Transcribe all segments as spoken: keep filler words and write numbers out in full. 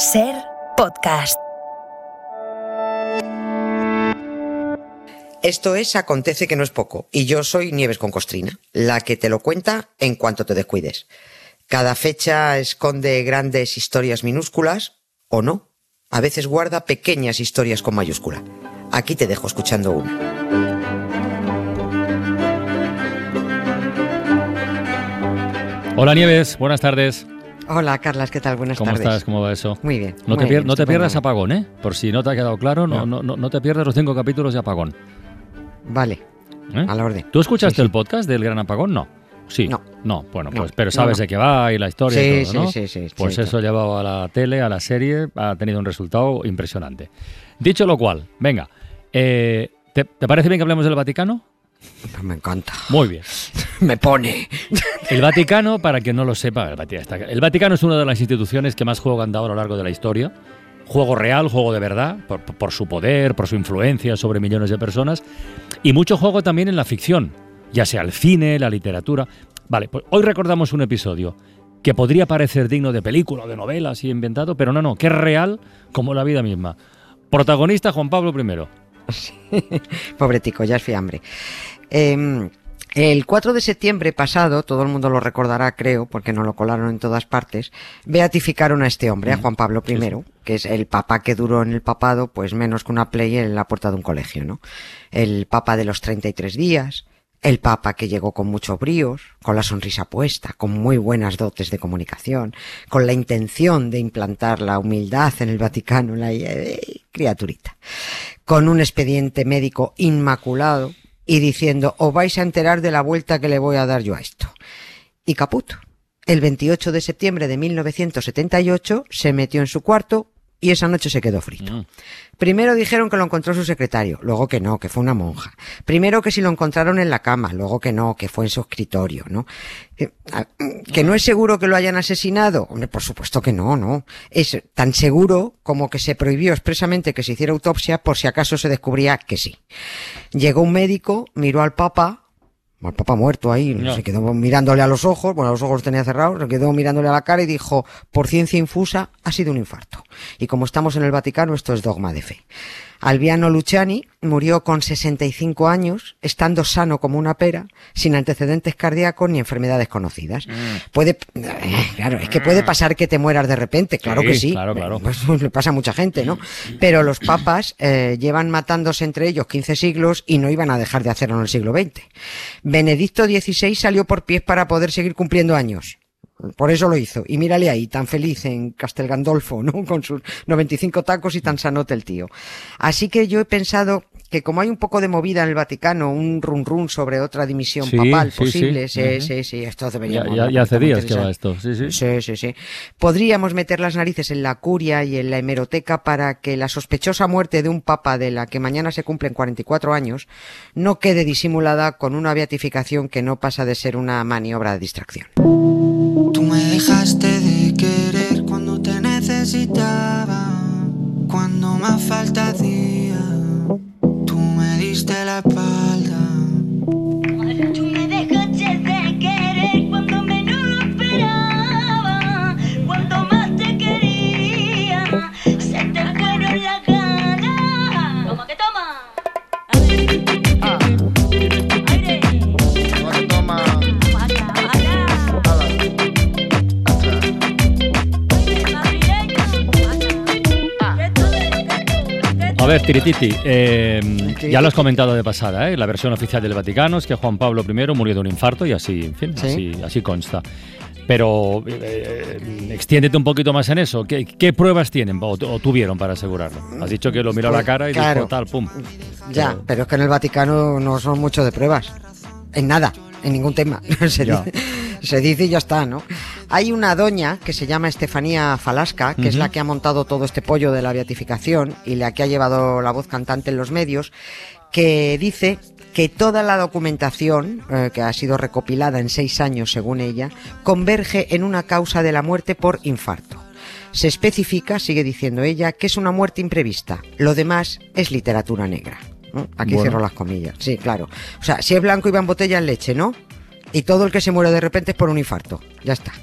Ser Podcast. Esto es Acontece que no es poco, y yo soy Nieves con Costrina, la que te lo cuenta en cuanto te descuides. Cada fecha esconde grandes historias minúsculas, o no. A veces guarda pequeñas historias con mayúscula. Aquí te dejo escuchando una. Hola Nieves, buenas tardes. Hola Carlas, ¿qué tal? Buenas ¿Cómo tardes. ¿Cómo estás? ¿Cómo va eso? Muy bien. No, muy te, pier- bien, no te pierdas estupendo. Apagón, ¿eh? Por si no te ha quedado claro, no, no, no, no te pierdas los cinco capítulos de Apagón. Vale, ¿Eh? a la orden. ¿Tú escuchaste Sí, sí. el podcast del Gran Apagón? No. Sí. No. No, bueno, No, pues, pero no, sabes no. de qué va y la historia Sí, y todo, sí, ¿no? sí, sí, Pues sí, eso llevado a la tele, a la serie, ha tenido un resultado impresionante. Dicho lo cual, venga, eh, ¿te, ¿te parece bien que hablemos del Vaticano? Me encanta. Muy bien. Me pone. El Vaticano, para quien no lo sepa, el Vaticano, está- el Vaticano es una de las instituciones que más juego han dado a lo largo de la historia. Juego real, juego de verdad, por, por su poder, por su influencia sobre millones de personas. Y mucho juego también en la ficción, ya sea el cine, la literatura. Vale, pues hoy recordamos un episodio que podría parecer digno de película o de novela, así inventado, pero no, no, que es real como la vida misma. Protagonista Juan Pablo primero. Pobre tico, ya es fiambre. Eh, el cuatro de septiembre pasado, todo el mundo lo recordará, creo, porque nos lo colaron en todas partes, beatificaron a este hombre, a Juan Pablo primero, que es el papa que duró en el papado, pues menos que una play en la puerta de un colegio, ¿no? El papa de los treinta y tres días, el papa que llegó con muchos bríos, con la sonrisa puesta, con muy buenas dotes de comunicación, con la intención de implantar la humildad en el Vaticano, la eh, criaturita, con un expediente médico inmaculado y diciendo, os vais a enterar de la vuelta que le voy a dar yo a esto. Y caput. El veintiocho de septiembre de mil novecientos setenta y ocho se metió en su cuarto y esa noche se quedó frito. Mm. Primero dijeron que lo encontró su secretario, luego que no, que fue una monja. Primero que si lo encontraron en la cama, luego que no, que fue en su escritorio, ¿no? Que, a- que no es seguro que lo hayan asesinado. Hombre, por supuesto que no, no. Es tan seguro como que se prohibió expresamente que se hiciera autopsia por si acaso se descubría que sí. Llegó un médico, miró al papa, al papa muerto ahí, No. se quedó mirándole a los ojos, bueno, los ojos los tenía cerrados, se quedó mirándole a la cara y dijo, por ciencia infusa, ha sido un infarto. Y como estamos en el Vaticano, esto es dogma de fe. Albiano Luciani murió con sesenta y cinco años, estando sano como una pera, sin antecedentes cardíacos ni enfermedades conocidas. Puede, eh, claro, es que puede pasar que te mueras de repente, claro Sí, que sí. claro, claro. Pues le pasa a mucha gente, ¿no? Pero los papas eh, llevan matándose entre ellos quince siglos y no iban a dejar de hacerlo en el siglo veinte. Benedicto dieciséis salió por pies para poder seguir cumpliendo años. Por eso lo hizo. Y mírale ahí, tan feliz en Castel Gandolfo, ¿no? Con sus noventa y cinco tacos y tan sanote el tío. Así que yo he pensado que como hay un poco de movida en el Vaticano, un run run sobre otra dimisión Sí, papal sí, posible, sí. sí, Ujú. sí, sí, esto Ya, deberíamos... ya, ¿no? ya hace Porque días está que muy va esto. Sí, sí. Sí, sí, sí. Podríamos meter las narices en la curia y en la hemeroteca para que la sospechosa muerte de un papa de la que mañana se cumplen cuarenta y cuatro años no quede disimulada con una beatificación que no pasa de ser una maniobra de distracción. Tú me dejaste de querer cuando te necesitaba, cuando más falta hacía. Tú me diste la espalda. Tú me dejaste de querer cuando menos lo esperaba, cuando más te quería, se te fueron las ganas. ¿Cómo que toma? A ver. Ah, Aire. ahora toma. Baja, baja. Ala. Atrás. Aire madrileño. Baja. ¿Qué tú? ¿Qué tú? A ver, Tirititi, eh, ya lo has comentado de pasada, ¿eh? La versión oficial del Vaticano es que Juan Pablo primero murió de un infarto y así, en fin, Sí. así, así consta. Pero eh, eh, extiéndete un poquito más en eso. ¿Qué, qué pruebas tienen o, o tuvieron para asegurarlo? Has dicho que lo miró a la Pues, cara y claro. dijo tal, pum. Ya, Pero- pero es que en el Vaticano no son mucho de pruebas. En nada, en ningún tema. Se Ya. dice, se dice y ya está, ¿no? Hay una doña que se llama Estefanía Falasca, que es Ujú. la que ha montado todo este pollo de la beatificación y la que ha llevado la voz cantante en los medios, que dice que toda la documentación, eh, que ha sido recopilada en seis años según ella, converge en una causa de la muerte por infarto. Se especifica, sigue diciendo ella, que es una muerte imprevista. Lo demás es literatura negra. ¿No? Aquí Bueno. cierro las comillas. Sí, claro. O sea, si es blanco y va en botella en leche, ¿no? Y todo el que se muere de repente es por un infarto. Ya está.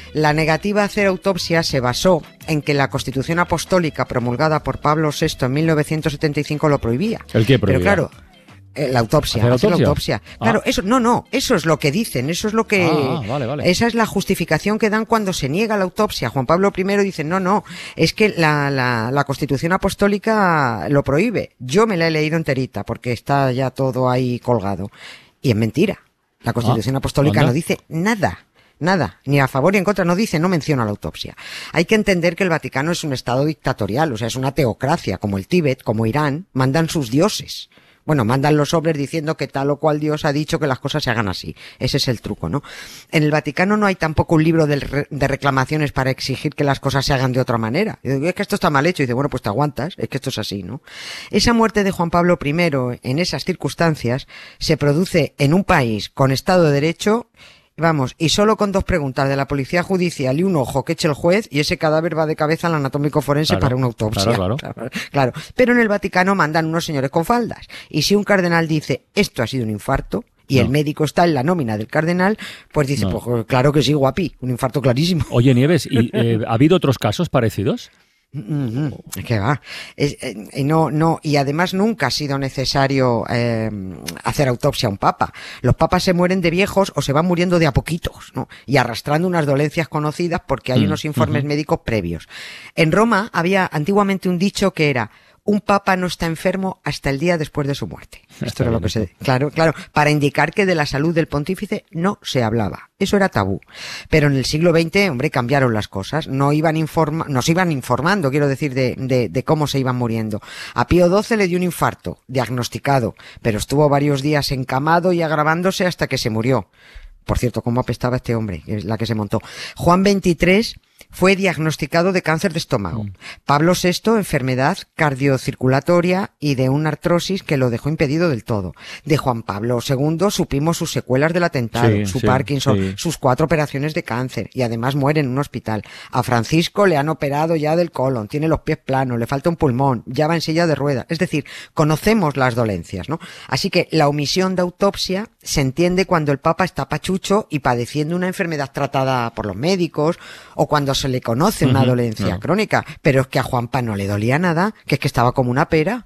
La negativa a hacer autopsia se basó en que la Constitución Apostólica promulgada por Pablo sexto en mil novecientos setenta y cinco lo prohibía. ¿El qué prohibía? Pero claro, eh, la autopsia, ¿Hacer hacer la autopsia? autopsia. Claro, Ah. eso, no, no, eso es lo que dicen, eso es lo que... Ah, vale, vale. Esa es la justificación que dan cuando se niega la autopsia. Juan Pablo primero dice, no, no, es que la, la, la Constitución Apostólica lo prohíbe. Yo me la he leído enterita porque está ya todo ahí colgado. Y es mentira. La Constitución Ah, Apostólica ¿anda? no dice nada. Nada, ni a favor ni en contra, no dice, no menciona la autopsia. Hay que entender que el Vaticano es un estado dictatorial, o sea, es una teocracia, como el Tíbet, como Irán, mandan sus dioses. Bueno, mandan los sobres diciendo que tal o cual Dios ha dicho que las cosas se hagan así. Ese es el truco, ¿no? En el Vaticano no hay tampoco un libro de, re- de reclamaciones para exigir que las cosas se hagan de otra manera. Y digo, es que esto está mal hecho. Y dice, bueno, pues te aguantas, es que esto es así, ¿no? Esa muerte de Juan Pablo primero, en esas circunstancias, se produce en un país con Estado de Derecho. Vamos, y solo con dos preguntas de la policía judicial y un ojo que eche el juez, y ese cadáver va de cabeza al anatómico forense Claro, para una autopsia. claro, claro. Claro, claro. Pero en el Vaticano mandan unos señores con faldas. Y si un cardenal dice, esto ha sido un infarto, y No. el médico está en la nómina del cardenal, pues dice, No. pues claro que sí, guapi, un infarto clarísimo. Oye, Nieves, ¿y eh, ha habido otros casos parecidos? Mm, ¿Qué va? Es, eh, y no, no, y además nunca ha sido necesario eh, hacer autopsia a un papa. Los papas se mueren de viejos o se van muriendo de a poquitos, ¿no? Y arrastrando unas dolencias conocidas porque hay Mm, unos informes ujú. médicos previos. En Roma había antiguamente un dicho que era: un papa no está enfermo hasta el día después de su muerte. Esto Está era lo bien que se, esto. claro, claro, para indicar que de la salud del pontífice no se hablaba. Eso era tabú. Pero en el siglo veinte, hombre, cambiaron las cosas. No iban informa, nos iban informando, quiero decir, de, de, de cómo se iban muriendo. A Pío doce le dio un infarto, diagnosticado, pero estuvo varios días encamado y agravándose hasta que se murió. Por cierto, cómo apestaba este hombre, que es la que se montó. Juan veintitrés fue diagnosticado de cáncer de estómago. Mm. Pablo sexto, enfermedad cardiocirculatoria y de una artrosis que lo dejó impedido del todo. De Juan Pablo segundo supimos sus secuelas del atentado, Sí, su sí, Parkinson, sí. sus cuatro operaciones de cáncer y además muere en un hospital. A Francisco le han operado ya del colon, tiene los pies planos, le falta un pulmón, ya va en silla de ruedas. Es decir, conocemos las dolencias, ¿no? Así que la omisión de autopsia se entiende cuando el Papa está pachucho y padeciendo una enfermedad tratada por los médicos o cuando se le conoce una Ujú, dolencia claro. crónica. Pero es que a Juanpa no le dolía nada, que es que estaba como una pera.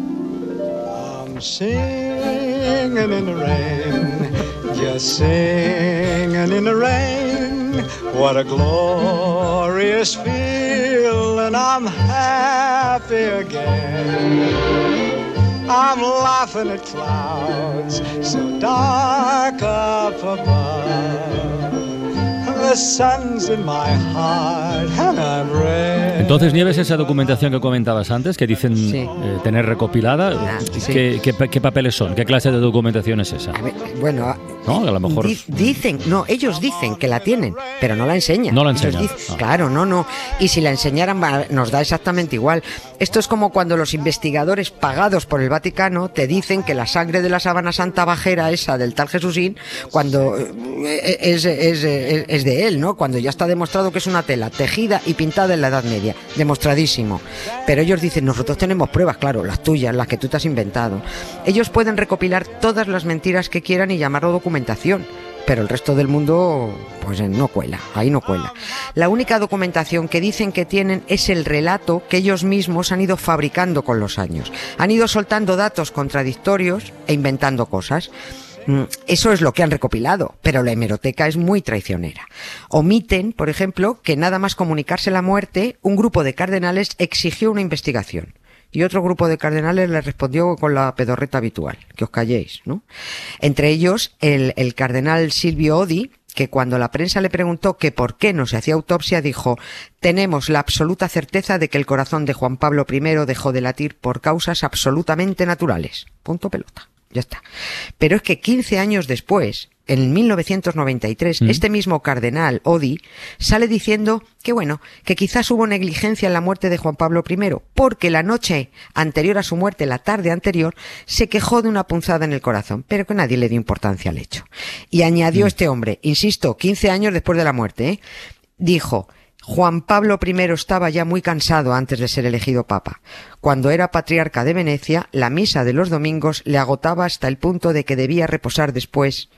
I'm singing in the rain, just singing in the rain. What a glorious feeling, I'm happy again. I'm laughing at clouds so dark up above. The sun's in my heart and I'm ready. Entonces, Nieves, esa documentación que comentabas antes, que dicen Sí. eh, tener recopilada, Ah, sí. ¿qué, qué, pa- qué papeles son? ¿Qué clase de documentación es esa? A ver, bueno, ¿No? A lo mejor... Di- dicen, no, ellos dicen que la tienen, pero no la enseñan. No la Ellos enseñan. dicen- Ah. Claro, no, no. Y si la enseñaran, va- nos da exactamente igual. Esto es como cuando los investigadores pagados por el Vaticano te dicen que la sangre de la sábana santa bajera, esa del tal Jesúsín, cuando eh, es, es, es, es de él, ¿no? Cuando ya está demostrado que es una tela tejida y pintada en la Edad Media. Demostradísimo. Pero ellos dicen, nosotros tenemos pruebas, claro, las tuyas, las que tú te has inventado. Ellos pueden recopilar todas las mentiras que quieran y llamarlo documentación. Pero el resto del mundo, pues eh, no cuela, ahí no cuela. La única documentación que dicen que tienen es el relato que ellos mismos han ido fabricando con los años. Han ido soltando datos contradictorios e inventando cosas. Mm, Eso es lo que han recopilado, pero la hemeroteca es muy traicionera. Omiten, por ejemplo, que nada más comunicarse la muerte, un grupo de cardenales exigió una investigación. Y otro grupo de cardenales le respondió con la pedorreta habitual, que os calléis, ¿no? Entre ellos, el, el cardenal Silvio Odi, que cuando la prensa le preguntó que por qué no se hacía autopsia, dijo: tenemos la absoluta certeza de que el corazón de Juan Pablo primero dejó de latir por causas absolutamente naturales. Punto pelota. Ya está. Pero es que quince años después, en mil novecientos noventa y tres, Mm. este mismo cardenal Odi sale diciendo que bueno, que quizás hubo negligencia en la muerte de Juan Pablo primero, porque la noche anterior a su muerte, la tarde anterior, se quejó de una punzada en el corazón, pero que nadie le dio importancia al hecho. Y añadió Mm. este hombre, insisto, quince años después de la muerte, ¿eh? Dijo: Juan Pablo primero estaba ya muy cansado antes de ser elegido papa. Cuando era patriarca de Venecia, la misa de los domingos le agotaba hasta el punto de que debía reposar después.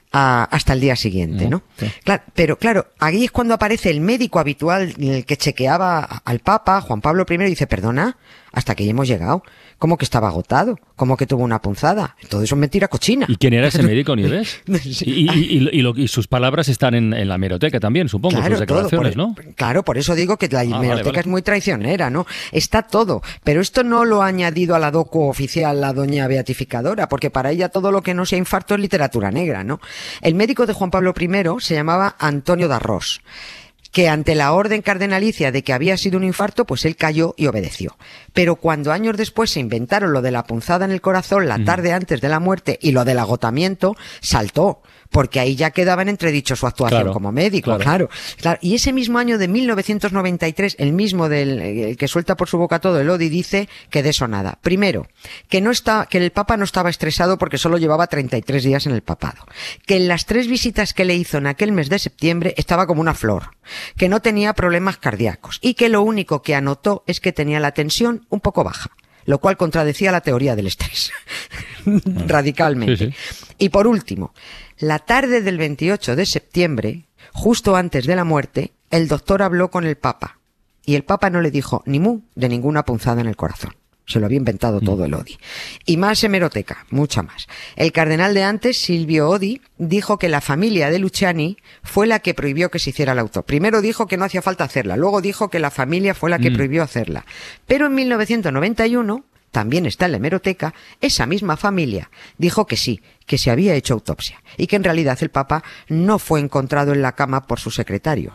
a, hasta el día siguiente, ¿no? Sí. Claro, pero claro, ahí es cuando aparece el médico habitual, el que chequeaba al Papa, Juan Pablo primero, y dice, perdona, hasta que ya hemos llegado. ¿Cómo que estaba agotado? ¿Cómo que tuvo una punzada? Todo eso es mentira cochina. ¿Y quién era ese médico, Nieves? Sí. Y, y, y, y, lo, y sus palabras están en, en la hemeroteca también, supongo, Claro, sus todo, declaraciones, por, ¿no? Claro, por eso digo que la hemeroteca vale, vale. es muy traicionera, ¿no? Está todo, pero esto no lo ha añadido a la docu oficial la doña beatificadora, porque para ella todo lo que no sea infarto es literatura negra, ¿no? El médico de Juan Pablo primero se llamaba Antonio Darros, que ante la orden cardenalicia de que había sido un infarto, pues él cayó y obedeció. Pero cuando años después se inventaron lo de la punzada en el corazón la tarde antes de la muerte y lo del agotamiento, saltó, porque ahí ya quedaba en entredicho su actuación Claro, como médico, claro. claro. claro. Y ese mismo año de mil novecientos noventa y tres, el mismo del el que suelta por su boca todo, el Odi, dice que de eso nada. Primero, que no está, que el Papa no estaba estresado porque solo llevaba treinta y tres días en el papado. Que en las tres visitas que le hizo en aquel mes de septiembre estaba como una flor. Que no tenía problemas cardíacos. Y que lo único que anotó es que tenía la tensión un poco baja. Lo cual contradecía la teoría del estrés. Radicalmente. Sí, sí. Y por último, la tarde del veintiocho de septiembre, justo antes de la muerte, el doctor habló con el Papa. Y el Papa no le dijo ni mu de ninguna punzada en el corazón. Se lo había inventado todo el Odi. Y más hemeroteca, mucha más. El cardenal de antes, Silvio Odi, dijo que la familia de Luciani fue la que prohibió que se hiciera la autopsia. Primero dijo que no hacía falta hacerla, luego dijo que la familia fue la que Mm. prohibió hacerla. Pero en mil novecientos noventa y uno, también está en la hemeroteca, esa misma familia dijo que sí, que se había hecho autopsia y que en realidad el Papa no fue encontrado en la cama por su secretario.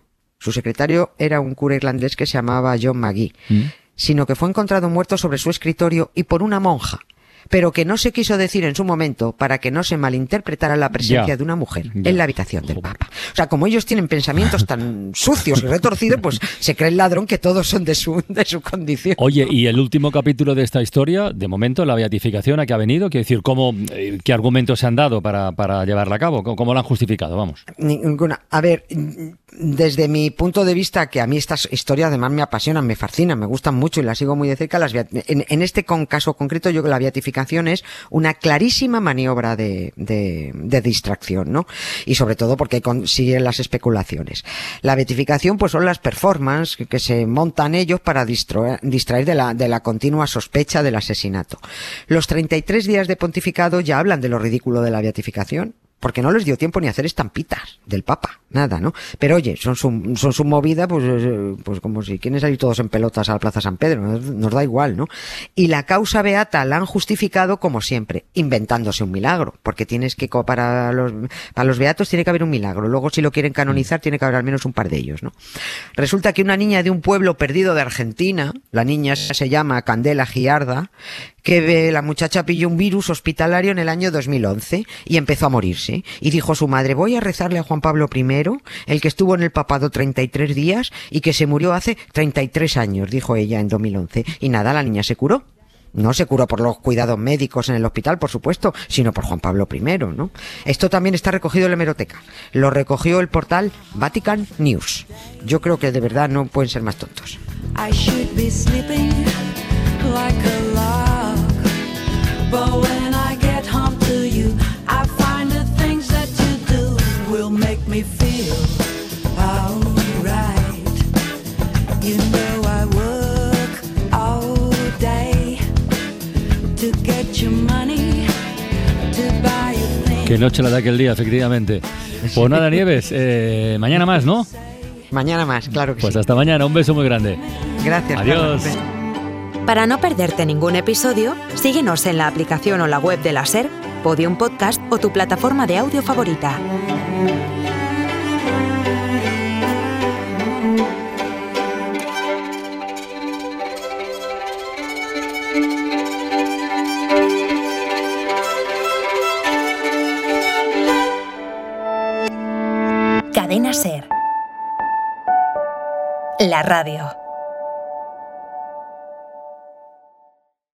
Su secretario era un cura irlandés que se llamaba John McGee, Mm. sino que fue encontrado muerto sobre su escritorio y por una monja, pero que no se quiso decir en su momento para que no se malinterpretara la presencia Ya. de una mujer Ya. en la habitación del Papa. O sea, como ellos tienen pensamientos tan sucios y retorcidos, pues se cree el ladrón que todos son de su, de su condición. Oye, y el último capítulo de esta historia, de momento, la beatificación a que ha venido, quiero decir, ¿cómo, eh, ¿qué argumentos se han dado para, para llevarla a cabo? ¿Cómo, cómo la han justificado? Vamos. Ninguna. A ver, desde mi punto de vista, que a mí estas historias además me apasionan, me fascinan, me gustan mucho y las sigo muy de cerca, las beat- en, en este con caso concreto yo creo que la beatificación es una clarísima maniobra de, de, de distracción, ¿no? Y sobre todo porque consiguen las especulaciones. La beatificación pues son las performances que, que se montan ellos para distraer, distraer de la, de la continua sospecha del asesinato. Los treinta y tres días de pontificado ya hablan de lo ridículo de la beatificación, porque no les dio tiempo ni a hacer estampitas del Papa, nada, ¿no? Pero oye, son su, son su movida, pues, eh, pues como si quieren salir todos en pelotas a la Plaza San Pedro, nos, nos da igual, ¿no? Y la causa beata la han justificado como siempre, inventándose un milagro, porque tienes que, co- para los, para los beatos tiene que haber un milagro, luego si lo quieren canonizar tiene que haber al menos un par de ellos, ¿no? Resulta que una niña de un pueblo perdido de Argentina, la niña se llama Candela Giarda, que la muchacha pilló un virus hospitalario en el año dos mil once y empezó a morirse. Y dijo su madre, voy a rezarle a Juan Pablo primero, el que estuvo en el papado treinta y tres días y que se murió hace treinta y tres años, dijo ella en dos mil once. Y nada, la niña se curó. No se curó por los cuidados médicos en el hospital, por supuesto, sino por Juan Pablo primero, ¿no? Esto también está recogido en la hemeroteca. Lo recogió el portal Vatican News. Yo creo que de verdad no pueden ser más tontos. I should be sleeping like a log, but when I get home to you, I find the things that you do will make me feel alright. You know I work all day to get your money, to buy you things. Qué noche la de aquel día, efectivamente. Pues nada, Nieves, eh, mañana más, ¿no? Mañana más, claro que Pues sí. hasta mañana, un beso muy grande. Gracias. Adiós. Carlos. Para no perderte ningún episodio, síguenos en la aplicación o la web de la SER, Podium Podcast o tu plataforma de audio favorita. Cadena SER. La radio.